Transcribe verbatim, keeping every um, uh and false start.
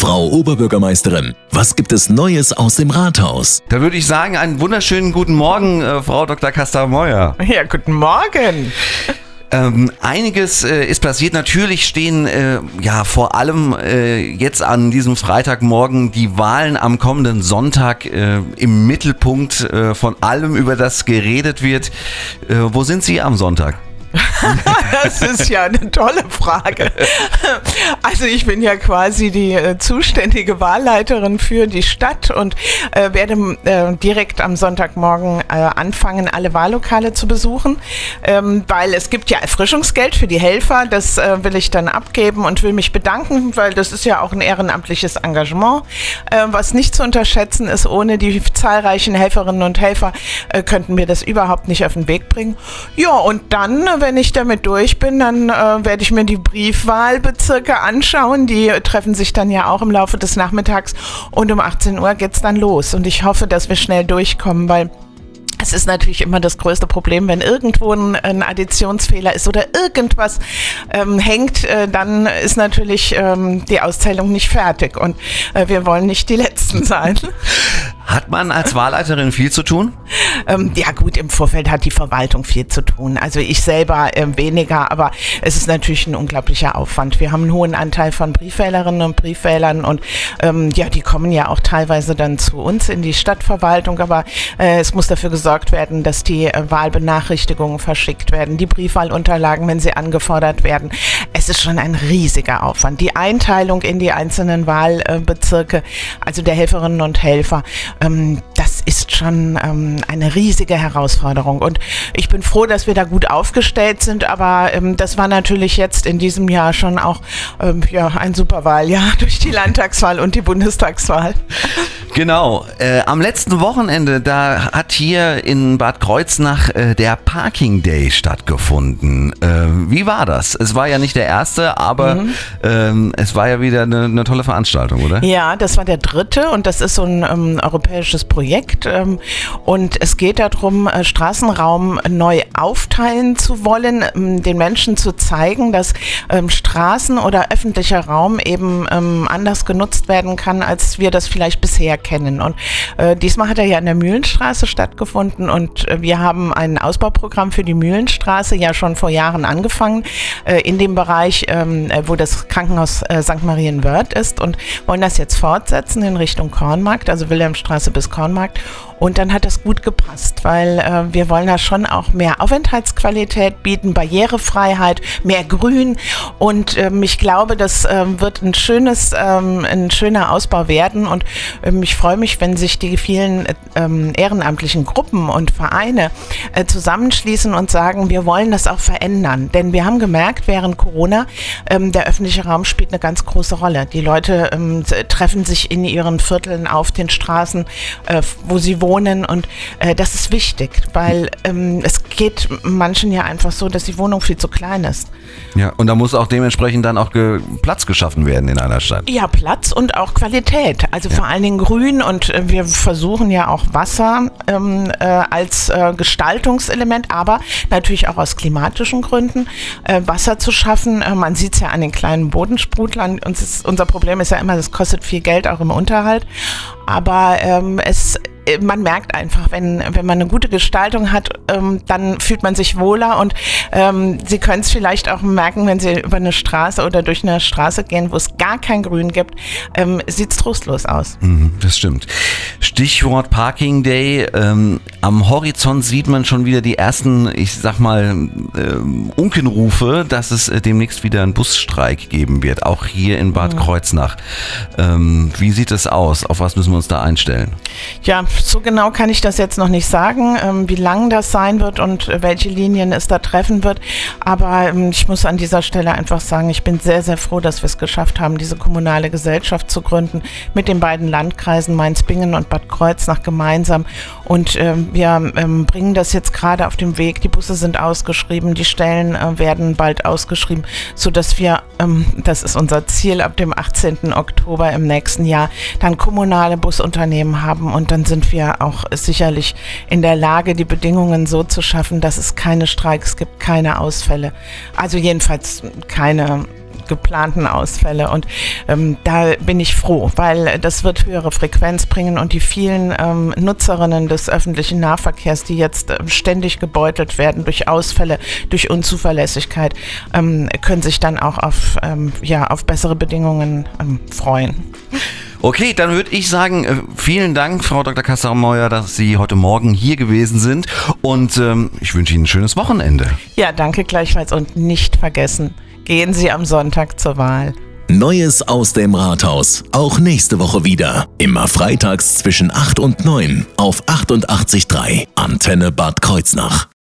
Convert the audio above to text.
Frau Oberbürgermeisterin, was gibt es Neues aus dem Rathaus? Da würde ich sagen, einen wunderschönen guten Morgen, äh, Frau Doktor Kastor-Meuer. Ja, guten Morgen. Ähm, einiges äh, ist passiert. Natürlich stehen äh, ja vor allem äh, jetzt an diesem Freitagmorgen die Wahlen am kommenden Sonntag äh, im Mittelpunkt äh, von allem, über das geredet wird. Äh, wo sind Sie am Sonntag? Das ist ja eine tolle Frage. Also ich bin ja quasi die äh, zuständige Wahlleiterin für die Stadt und äh, werde äh, direkt am Sonntagmorgen äh, anfangen, alle Wahllokale zu besuchen, ähm, weil es gibt ja Erfrischungsgeld für die Helfer, das äh, will ich dann abgeben und will mich bedanken, weil das ist ja auch ein ehrenamtliches Engagement, äh, was nicht zu unterschätzen ist. Ohne die zahlreichen Helferinnen und Helfer äh, könnten wir das überhaupt nicht auf den Weg bringen. Ja, und dann, wenn ich damit durch bin, dann äh, werde ich mir die Briefwahlbezirke anschauen. Die äh, treffen sich dann ja auch im Laufe des Nachmittags und um achtzehn Uhr geht's dann los. Und ich hoffe, dass wir schnell durchkommen, weil es ist natürlich immer das größte Problem, wenn irgendwo ein, ein Additionsfehler ist oder irgendwas ähm, hängt, äh, dann ist natürlich ähm, die Auszählung nicht fertig und äh, wir wollen nicht die Letzten sein. Hat man als Wahlleiterin viel zu tun? Ähm, ja gut, im Vorfeld hat die Verwaltung viel zu tun. Also ich selber äh, weniger, aber es ist natürlich ein unglaublicher Aufwand. Wir haben einen hohen Anteil von Briefwählerinnen und Briefwählern und ähm, ja, die kommen ja auch teilweise dann zu uns in die Stadtverwaltung, aber äh, es muss dafür gesorgt werden, dass die äh, Wahlbenachrichtigungen verschickt werden, die Briefwahlunterlagen, wenn sie angefordert werden. Es ist schon ein riesiger Aufwand. Die Einteilung in die einzelnen Wahlbezirke, also der Helferinnen und Helfer, ähm, das ist schon ähm, eine riesige Herausforderung. Und ich bin froh, dass wir da gut aufgestellt sind, aber ähm, das war natürlich jetzt in diesem Jahr schon auch ähm, ja, ein Superwahljahr durch die Landtagswahl und die Bundestagswahl. Genau. Äh, am letzten Wochenende, da hat hier in Bad Kreuznach äh, der Parking Day stattgefunden. Äh, wie war das? Es war ja nicht der erste, aber mhm. ähm, es war ja wieder eine, eine tolle Veranstaltung, oder? Ja, das war der dritte und das ist so ein ähm, europäisches Projekt ähm, und es geht darum, äh, Straßenraum neu aufteilen zu wollen, ähm, den Menschen zu zeigen, dass ähm, Straßen oder öffentlicher Raum eben ähm, anders genutzt werden kann, als wir das vielleicht bisher kennen. Und äh, diesmal hat er ja in der Mühlenstraße stattgefunden und äh, wir haben ein Ausbauprogramm für die Mühlenstraße ja schon vor Jahren angefangen, äh, in dem Bereich, ähm, wo das Krankenhaus äh, Sankt Marienwörth ist und wollen das jetzt fortsetzen in Richtung Kornmarkt, also Wilhelmstraße bis Kornmarkt. Und dann hat das gut gepasst, weil äh, wir wollen da schon auch mehr Aufenthaltsqualität bieten, Barrierefreiheit, mehr Grün und ähm, ich glaube, das ähm, wird ein schönes, ähm, ein schöner Ausbau werden und ähm, ich freue mich, wenn sich die vielen ähm, ehrenamtlichen Gruppen und Vereine äh, zusammenschließen und sagen, wir wollen das auch verändern, denn wir haben gemerkt, während Corona, ähm, der öffentliche Raum spielt eine ganz große Rolle. Die Leute ähm, treffen sich in ihren Vierteln auf den Straßen, äh, wo sie wohnen. Und äh, das ist wichtig, weil ähm, es geht manchen ja einfach so, dass die Wohnung viel zu klein ist. Ja, und da muss auch dementsprechend dann auch ge- Platz geschaffen werden in einer Stadt. Ja, Platz und auch Qualität, also ja. Vor allen Dingen Grün und äh, wir versuchen ja auch Wasser ähm, äh, als äh, Gestaltungselement, aber natürlich auch aus klimatischen Gründen äh, Wasser zu schaffen. Äh, man sieht es ja an den kleinen Bodensprudlern. Uns ist, unser Problem ist ja immer, das kostet viel Geld auch im Unterhalt, aber ähm, es man merkt einfach, wenn, wenn man eine gute Gestaltung hat, ähm, dann fühlt man sich wohler und ähm, Sie können es vielleicht auch merken, wenn Sie über eine Straße oder durch eine Straße gehen, wo es gar kein Grün gibt, ähm, sieht es trostlos aus. Mhm, das stimmt. Stichwort Parking Day. Ähm, am Horizont sieht man schon wieder die ersten, ich sag mal, äh, Unkenrufe, dass es äh, demnächst wieder einen Busstreik geben wird, auch hier in Bad mhm. Kreuznach. Ähm, wie sieht es aus? Auf was müssen wir uns da einstellen? Ja, so genau kann ich das jetzt noch nicht sagen, ähm, wie lang das sein wird und äh, welche Linien es da treffen wird. Aber ähm, ich muss an dieser Stelle einfach sagen, ich bin sehr, sehr froh, dass wir es geschafft haben, diese kommunale Gesellschaft zu gründen mit den beiden Landkreisen Mainz-Bingen und Bad Kreuznach gemeinsam. Und ähm, wir ähm, bringen das jetzt gerade auf den Weg. Die Busse sind ausgeschrieben, die Stellen äh, werden bald ausgeschrieben, sodass wir, ähm, das ist unser Ziel, ab dem achtzehnten Oktober im nächsten Jahr dann kommunale Busunternehmen haben und dann sind wir auch sicherlich in der Lage, die Bedingungen so zu schaffen, dass es keine Streiks gibt, keine Ausfälle. Also jedenfalls keine geplanten Ausfälle. Und ähm, da bin ich froh, weil das wird höhere Frequenz bringen und die vielen ähm, Nutzerinnen des öffentlichen Nahverkehrs, die jetzt äh, ständig gebeutelt werden durch Ausfälle, durch Unzuverlässigkeit, ähm, können sich dann auch auf, ähm, ja, auf bessere Bedingungen ähm, freuen. Okay, dann würde ich sagen, vielen Dank, Frau Doktor Kassermeuer, dass Sie heute Morgen hier gewesen sind und ähm, ich wünsche Ihnen ein schönes Wochenende. Ja, danke gleichfalls und nicht vergessen, gehen Sie am Sonntag zur Wahl. Neues aus dem Rathaus, auch nächste Woche wieder. Immer freitags zwischen acht und neun auf achtundachtzig Komma drei Antenne Bad Kreuznach.